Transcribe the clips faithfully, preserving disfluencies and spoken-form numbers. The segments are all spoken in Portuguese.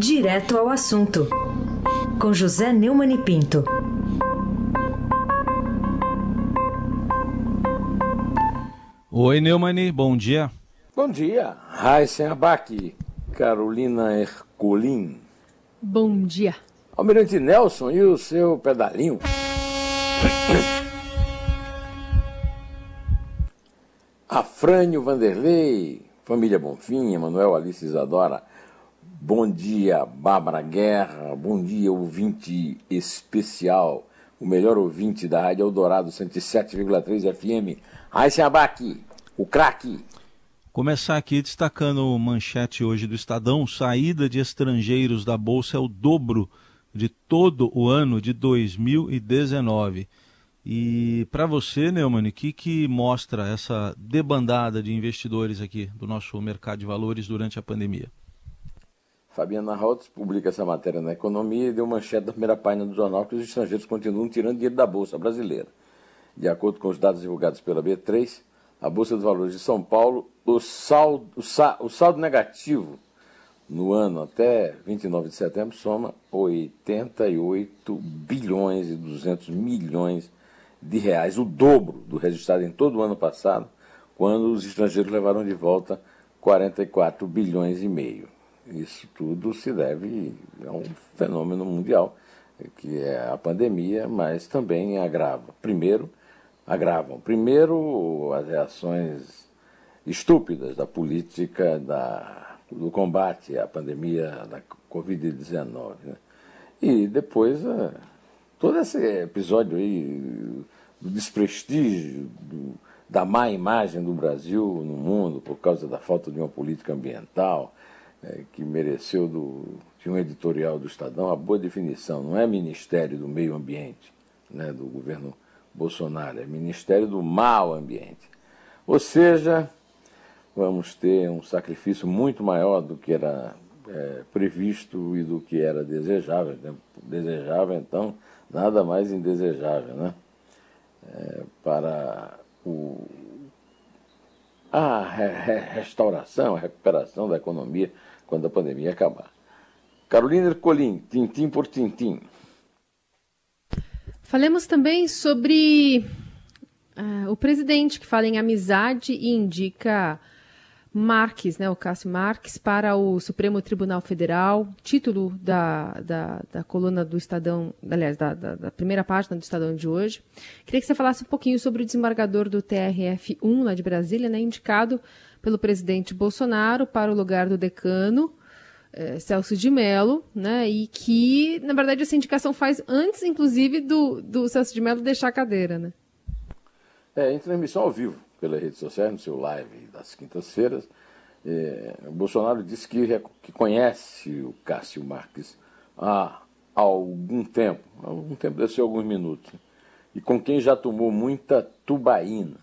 Direto ao assunto, com José Neumann e Pinto. Oi, Neumann, bom dia. Bom dia, Raíssen Abac, Carolina Ercolim. Bom dia. Almirante Nelson e o seu pedalinho. Afrânio Vanderlei, família Bonfim, Emanuel Alice Isadora. Bom dia, Bárbara Guerra. Bom dia, ouvinte especial, o melhor ouvinte da Rádio Eldorado cento e sete vírgula três F M. Raíssen Abac, o craque. Começar aqui destacando manchete hoje do Estadão: saída de estrangeiros da Bolsa é o dobro de todo o ano de dois mil e dezenove. E para você, Neumann, o que, que mostra essa debandada de investidores aqui do nosso mercado de valores durante a pandemia? Fabiana Holtz publica essa matéria na Economia e deu manchete da primeira página do jornal que os estrangeiros continuam tirando dinheiro da Bolsa brasileira. De acordo com os dados divulgados pela B três, a Bolsa de Valores de São Paulo, o saldo, o sa, o saldo negativo no ano até vinte e nove de setembro soma oitenta e oito bilhões e duzentos milhões de reais, o dobro do registrado em todo o ano passado, quando os estrangeiros levaram de volta quarenta e quatro bilhões e meio. Isso tudo se deve a um fenômeno mundial, que é a pandemia, mas também agrava. Primeiro, agravam. Primeiro, as reações estúpidas da política da, do combate à pandemia da covid dezenove. Né? E depois, todo esse episódio aí do desprestígio, do, da má imagem do Brasil no mundo por causa da falta de uma política ambiental, é, que mereceu do, de um editorial do Estadão a boa definição. Não é Ministério do Meio Ambiente, né, do governo Bolsonaro, é Ministério do Mau Ambiente. Ou seja, vamos ter um sacrifício muito maior do que era é, previsto e do que era desejável. Né? Desejável, então, nada mais indesejável, né? É, para o, a re, re, restauração, a recuperação da economia quando a pandemia acabar. Carolina Ercolim, tintim por tintim. Falemos também sobre uh, o presidente que fala em amizade e indica Marques, né, o Cássio Marques, para o Supremo Tribunal Federal, título da, da, da coluna do Estadão, aliás, da, da, da primeira página do Estadão de hoje. Queria que você falasse um pouquinho sobre o desembargador do T R F um, lá de Brasília, né, indicado pelo presidente Bolsonaro para o lugar do decano, é, Celso de Mello, né, e que, na verdade, essa indicação faz antes, inclusive, do, do Celso de Mello deixar a cadeira, né? É, em transmissão ao vivo, pelas redes sociais, no seu live das quintas-feiras, é, o Bolsonaro disse que, que conhece o Cássio Marques há, há algum tempo, há algum tempo, deve ser alguns minutos, e com quem já tomou muita tubaína.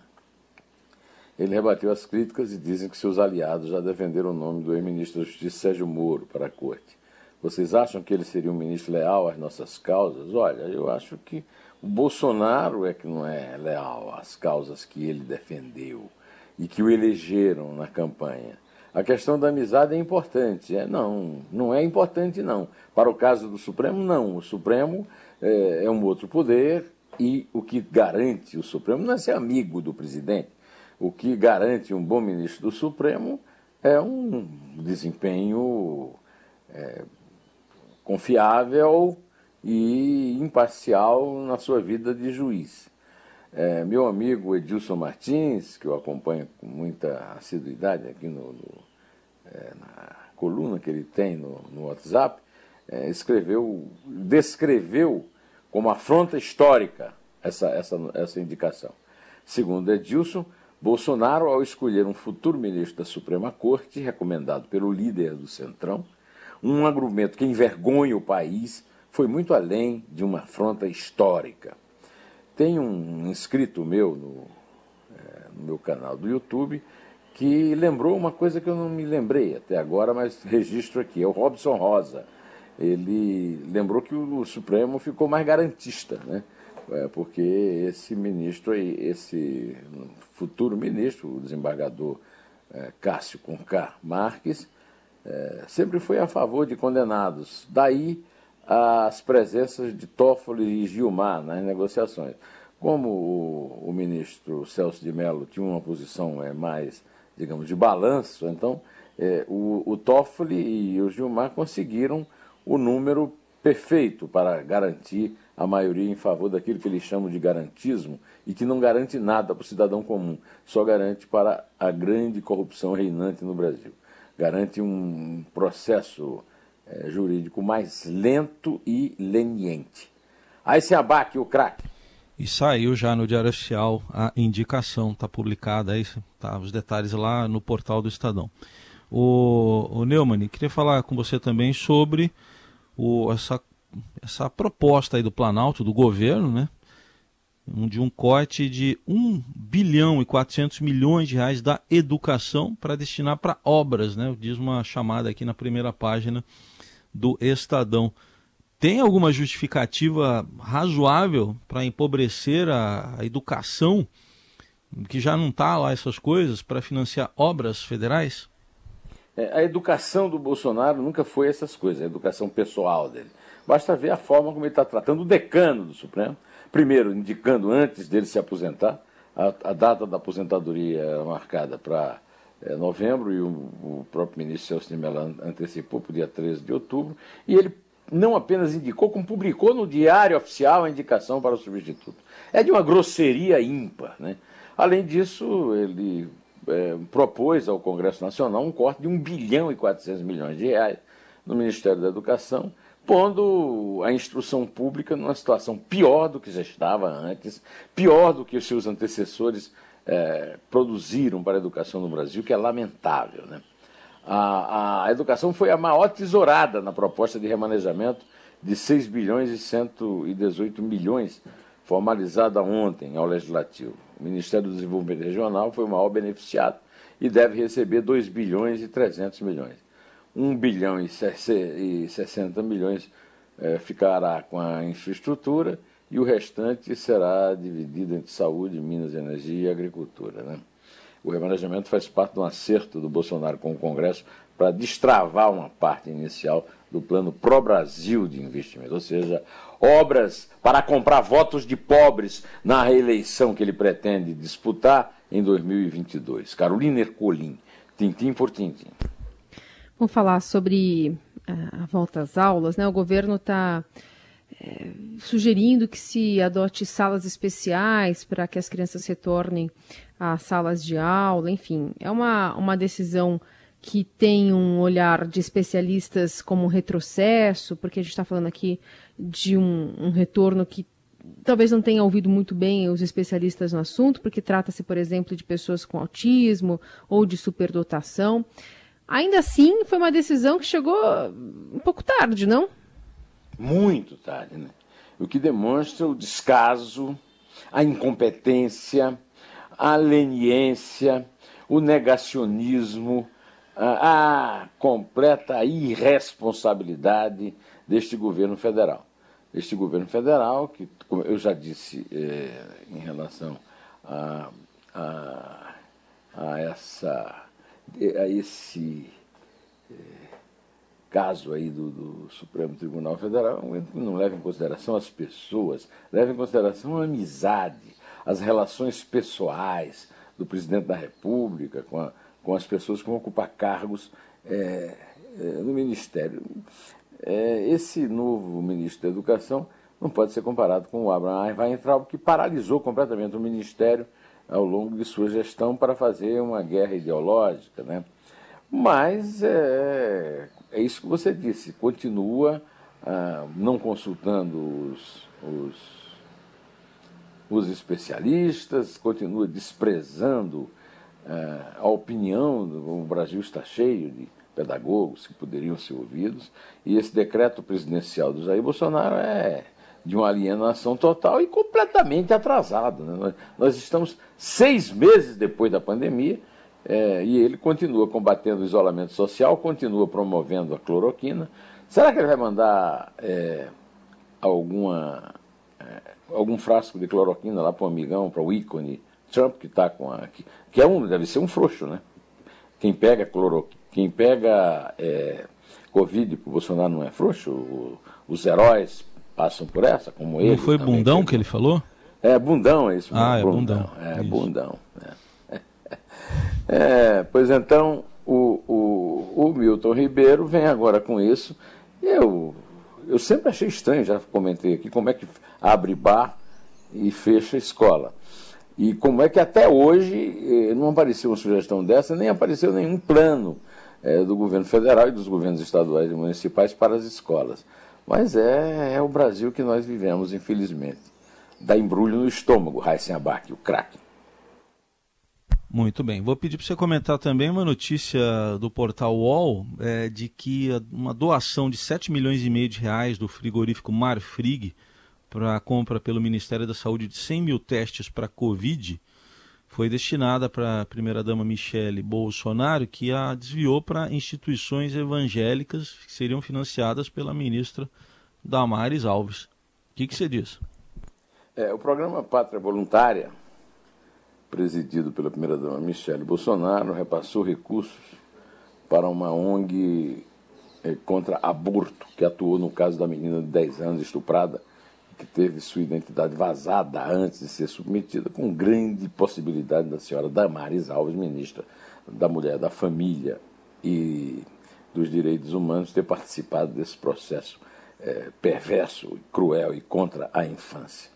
Ele rebateu as críticas e dizem que seus aliados já defenderam o nome do ex-ministro da Justiça Sérgio Moro para a corte. Vocês acham que ele seria um ministro leal às nossas causas? Olha, eu acho que o Bolsonaro é que não é leal às causas que ele defendeu e que o elegeram na campanha. A questão da amizade é importante. É, não, não é importante, não. Para o caso do Supremo, não. O Supremo é, é um outro poder e o que garante o Supremo não é ser amigo do presidente. O que garante um bom ministro do Supremo é um desempenho é, confiável e imparcial na sua vida de juiz. É, meu amigo Edilson Martins, que eu acompanho com muita assiduidade aqui no, no, é, na coluna que ele tem no, no WhatsApp, é, escreveu, descreveu como afronta histórica essa, essa, essa indicação. Segundo Edilson, Bolsonaro, ao escolher um futuro ministro da Suprema Corte, recomendado pelo líder do Centrão, um argumento que envergonha o país, foi muito além de uma afronta histórica. Tem um inscrito meu no, é, no meu canal do YouTube que lembrou uma coisa que eu não me lembrei até agora, mas registro aqui, é o Robson Rosa. Ele lembrou que o Supremo ficou mais garantista, né? É, porque esse ministro, aí, esse futuro ministro, o desembargador é, Cássio com K. Marques, é, sempre foi a favor de condenados. Daí as presenças de Toffoli e Gilmar nas negociações. Como o, o ministro Celso de Mello tinha uma posição é, mais, digamos, de balanço, então é, o, o Toffoli e o Gilmar conseguiram o número perfeito para garantir a maioria em favor daquilo que eles chamam de garantismo e que não garante nada para o cidadão comum, só garante para a grande corrupção reinante no Brasil. Garante um processo é, jurídico mais lento e leniente. Aí se abaque o craque. E saiu já no Diário Oficial a indicação, está publicada aí, tá, os detalhes lá no portal do Estadão. O, o Neumann, queria falar com você também sobre o, essa, essa proposta aí do Planalto, do governo, né? De um corte de um bilhão e quatrocentos milhões de reais da educação para destinar para obras, né? Diz uma chamada aqui na primeira página do Estadão. Tem alguma justificativa razoável para empobrecer a, a educação, que já não está lá essas coisas, para financiar obras federais? É, a educação do Bolsonaro nunca foi essas coisas, a educação pessoal dele. Basta ver a forma como ele está tratando o decano do Supremo. Primeiro, indicando antes dele se aposentar, a, a data da aposentadoria era marcada para é, novembro, e o, o próprio ministro Celso de Mello antecipou para o dia treze de outubro, e ele não apenas indicou, como publicou no Diário Oficial a indicação para o substituto. É de uma grosseria ímpar, né? Além disso, ele é, propôs ao Congresso Nacional um corte de um bilhão e quatrocentos milhões de reais no Ministério da Educação, pondo a instrução pública numa situação pior do que já estava antes, pior do que os seus antecessores é, produziram para a educação no Brasil, que é lamentável, né? A, a educação foi a maior tesourada na proposta de remanejamento de seis bilhões e cento e dezoito milhões, formalizada ontem ao Legislativo. O Ministério do Desenvolvimento Regional foi o maior beneficiado e deve receber dois bilhões e trezentos milhões. um bilhão e sessenta milhões eh, ficará com a infraestrutura e o restante será dividido entre saúde, minas, energia e agricultura, né? O remanejamento faz parte de um acerto do Bolsonaro com o Congresso para destravar uma parte inicial do plano Pro-Brasil de investimento, ou seja, obras para comprar votos de pobres na reeleição que ele pretende disputar em dois mil e vinte e dois. Carolina Ercolim, tintim por tintim. Vamos falar sobre a volta às aulas, né? O governo está é, sugerindo que se adote salas especiais para que as crianças retornem às salas de aula, enfim. É uma, uma decisão que tem um olhar de especialistas como um retrocesso, porque a gente está falando aqui de um, um retorno que talvez não tenha ouvido muito bem os especialistas no assunto, porque trata-se, por exemplo, de pessoas com autismo ou de superdotação. Ainda assim, foi uma decisão que chegou um pouco tarde, não? Muito tarde, né? O que demonstra o descaso, a incompetência, a leniência, o negacionismo, a, a completa irresponsabilidade deste governo federal. Este governo federal, que, como eu já disse é, em relação a, a, a essa... a esse é, caso aí do, do Supremo Tribunal Federal, não leva em consideração as pessoas, leva em consideração a amizade, as relações pessoais do presidente da República com, a, com as pessoas que vão ocupar cargos é, é, no Ministério. É, esse novo ministro da Educação não pode ser comparado com o Abraham Weintraub, que paralisou completamente o Ministério ao longo de sua gestão para fazer uma guerra ideológica, né? Mas é, é isso que você disse, continua ah, não consultando os, os, os especialistas, continua desprezando ah, a opinião, o Brasil está cheio de pedagogos que poderiam ser ouvidos, e esse decreto presidencial do Jair Bolsonaro é de uma alienação total e completamente atrasado, né? Nós estamos seis meses depois da pandemia é, e ele continua combatendo o isolamento social, continua promovendo a cloroquina. Será que ele vai mandar é, alguma, é, algum frasco de cloroquina lá para o amigão, para o ícone Trump, que está com a... Que, que é um, deve ser um frouxo, né? Quem pega cloroquina, Quem pega é, Covid para o Bolsonaro não é frouxo, o, os heróis passam por essa, como ele. Não foi bundão pegou. Que ele falou? É, bundão, é isso mesmo. Ah, é bundão. bundão. É, isso. bundão. É. É, pois então, o, o, o Milton Ribeiro vem agora com isso. Eu, eu sempre achei estranho, já comentei aqui, como é que abre bar e fecha escola. E como é que até hoje não apareceu uma sugestão dessa, nem apareceu nenhum plano é, do governo federal e dos governos estaduais e municipais para as escolas. Mas é, é o Brasil que nós vivemos, infelizmente. Dá embrulho no estômago, Raíssen Abac, o craque. Muito bem. Vou pedir para você comentar também uma notícia do portal U O L é, de que uma doação de sete milhões e meio de reais do frigorífico Marfrig para a compra pelo Ministério da Saúde de cem mil testes para Covid foi destinada para a primeira-dama Michele Bolsonaro, que a desviou para instituições evangélicas que seriam financiadas pela ministra Damares Alves. O que, que você diz? É, o programa Pátria Voluntária, presidido pela primeira-dama Michele Bolsonaro, repassou recursos para uma O N G é, contra aborto, que atuou no caso da menina de dez anos estuprada, que teve sua identidade vazada antes de ser submetida, com grande possibilidade da senhora Damares Alves, ministra da Mulher, da Família e dos Direitos Humanos, ter participado desse processo é, perverso, cruel e contra a infância.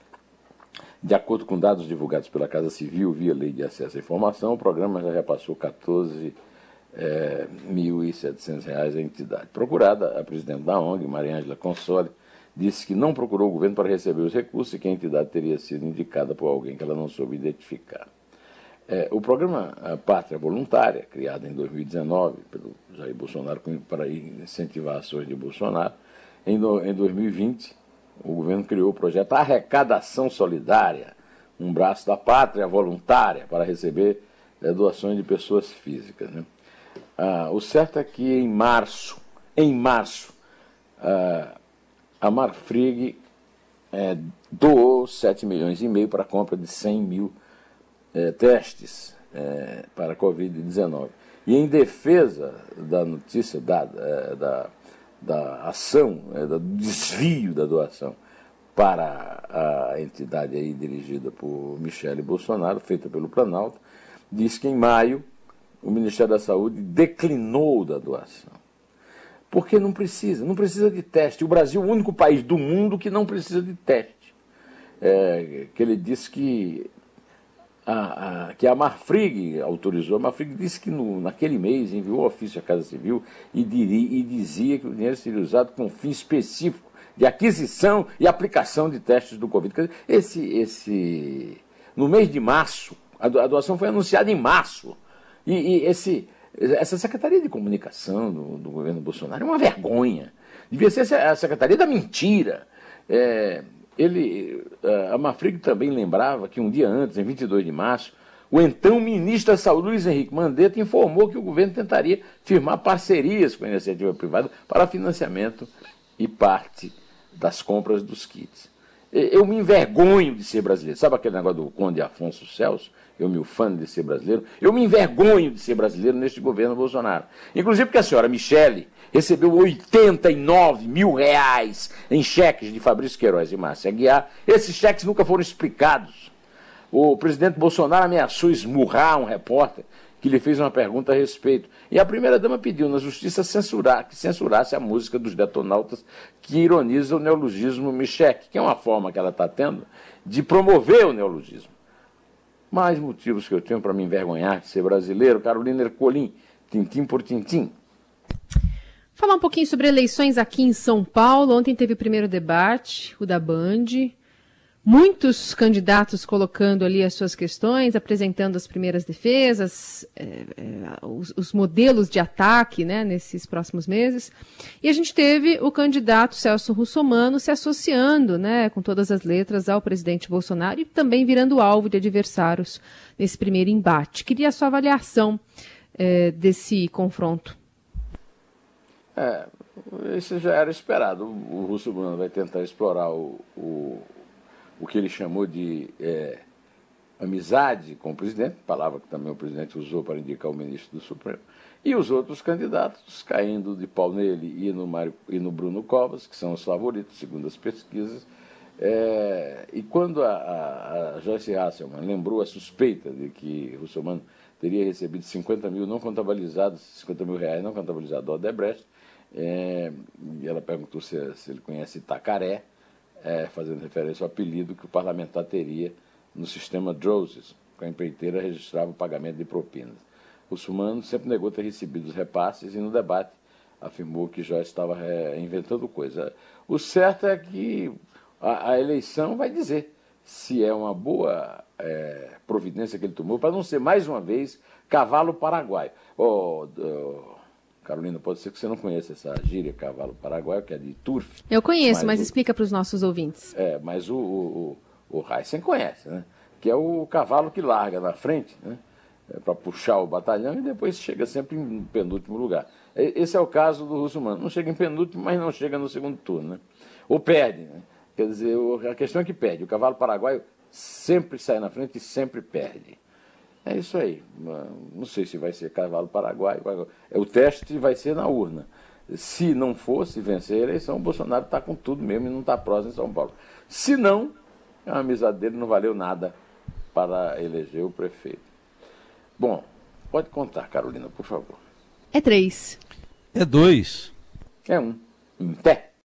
De acordo com dados divulgados pela Casa Civil via Lei de Acesso à Informação, o programa já repassou quatorze mil e setecentos reais à entidade. Procurada, a presidente da O N G, Maria Ângela Consoli, disse que não procurou o governo para receber os recursos e que a entidade teria sido indicada por alguém que ela não soube identificar. É, o programa Pátria Voluntária, criado em dois mil e dezenove pelo Jair Bolsonaro para incentivar ações de Bolsonaro, em, do, em dois mil e vinte o governo criou o projeto Arrecadação Solidária, um braço da Pátria Voluntária para receber é, doações de pessoas físicas, né? Ah, o certo é que em março, em março, ah, a Marfrig é, doou sete milhões e meio para a compra de cem mil é, testes é, para a Covid dezenove. E em defesa da notícia, da, da, da ação, é, do desvio da doação para a entidade aí dirigida por Michele Bolsonaro, feita pelo Planalto, diz que em maio o Ministério da Saúde declinou da doação. Porque não precisa, não precisa de teste. O Brasil é o único país do mundo que não precisa de teste. É, que ele disse que a, a, que a Marfrig autorizou. A Marfrig disse que no, naquele mês enviou ofício à Casa Civil e, diri, e dizia que o dinheiro seria usado com um fim específico de aquisição e aplicação de testes do Covid. Quer dizer, esse, esse, no mês de março, a doação foi anunciada em março, e, e esse... Essa Secretaria de Comunicação do, do governo Bolsonaro é uma vergonha. Devia ser a Secretaria da Mentira. É, ele, a Marfrig também lembrava que um dia antes, em vinte e dois de março, o então ministro da Saúde, Luiz Henrique Mandetta, informou que o governo tentaria firmar parcerias com a iniciativa privada para financiamento e parte das compras dos kits. Eu me envergonho de ser brasileiro. Sabe aquele negócio do Conde Afonso Celso? Eu me ufano de ser brasileiro. Eu me envergonho de ser brasileiro neste governo Bolsonaro. Inclusive porque a senhora Michele recebeu oitenta e nove mil reais em cheques de Fabrício Queiroz e Márcia Aguiar. Esses cheques nunca foram explicados. O presidente Bolsonaro ameaçou esmurrar um repórter que lhe fez uma pergunta a respeito. E a primeira-dama pediu na justiça censurar, que censurasse a música dos Detonautas que ironiza o neologismo Micheque, que é uma forma que ela está tendo de promover o neologismo. Mais motivos que eu tenho para me envergonhar de ser brasileiro. Carolina Ercolim, tintim por tintim. Falar um pouquinho sobre eleições aqui em São Paulo. Ontem teve o primeiro debate, o da Band. Muitos candidatos colocando ali as suas questões, apresentando as primeiras defesas, é, é, os, os modelos de ataque, né, nesses próximos meses. E a gente teve o candidato Celso Russomano se associando, né, com todas as letras ao presidente Bolsonaro e também virando alvo de adversários nesse primeiro embate. Queria a sua avaliação é, desse confronto. É, isso já era esperado. O Russomano vai tentar explorar o... o... o que ele chamou de é, amizade com o presidente, palavra que também o presidente usou para indicar o ministro do Supremo, E os outros candidatos caindo de pau nele e no, Mário, e no Bruno Covas, que são os favoritos, segundo as pesquisas. É, e quando a, a, a Joyce Hasselmann lembrou a suspeita de que Russomano teria recebido cinquenta mil não contabilizados, cinquenta mil reais não contabilizados do Odebrecht, é, e ela perguntou se, se ele conhece Itacaré, é, fazendo referência ao apelido que o parlamentar teria no sistema Drozes, que a empreiteira registrava o pagamento de propinas. Russomano sempre negou ter recebido os repasses e, no debate, afirmou que Joyce estava é, inventando coisa. O certo é que a, a eleição vai dizer se é uma boa é, providência que ele tomou para não ser, mais uma vez, cavalo paraguaio. Oh, oh, Carolina, pode ser que você não conheça essa gíria cavalo paraguaio, que é de turf. Eu conheço, mas, mas o, explica para os nossos ouvintes. É, mas o, o, o, o Heisen conhece, né? Que é o cavalo que larga na frente, né? É, para puxar o batalhão e depois chega sempre em penúltimo lugar. Esse é o caso do Russomano. Não chega em penúltimo, mas não chega no segundo turno, né? Ou perde, né? Quer dizer, a questão é que perde. O cavalo paraguaio sempre sai na frente e sempre perde. É isso aí. Não sei se vai ser cavalo paraguaio. O teste vai ser na urna. Se não fosse vencer a eleição, o Bolsonaro está com tudo mesmo e não está próximo em São Paulo. Se não, a amizade dele não valeu nada para eleger o prefeito. Bom, pode contar, Carolina, por favor. É três. É dois. É um. Em pé.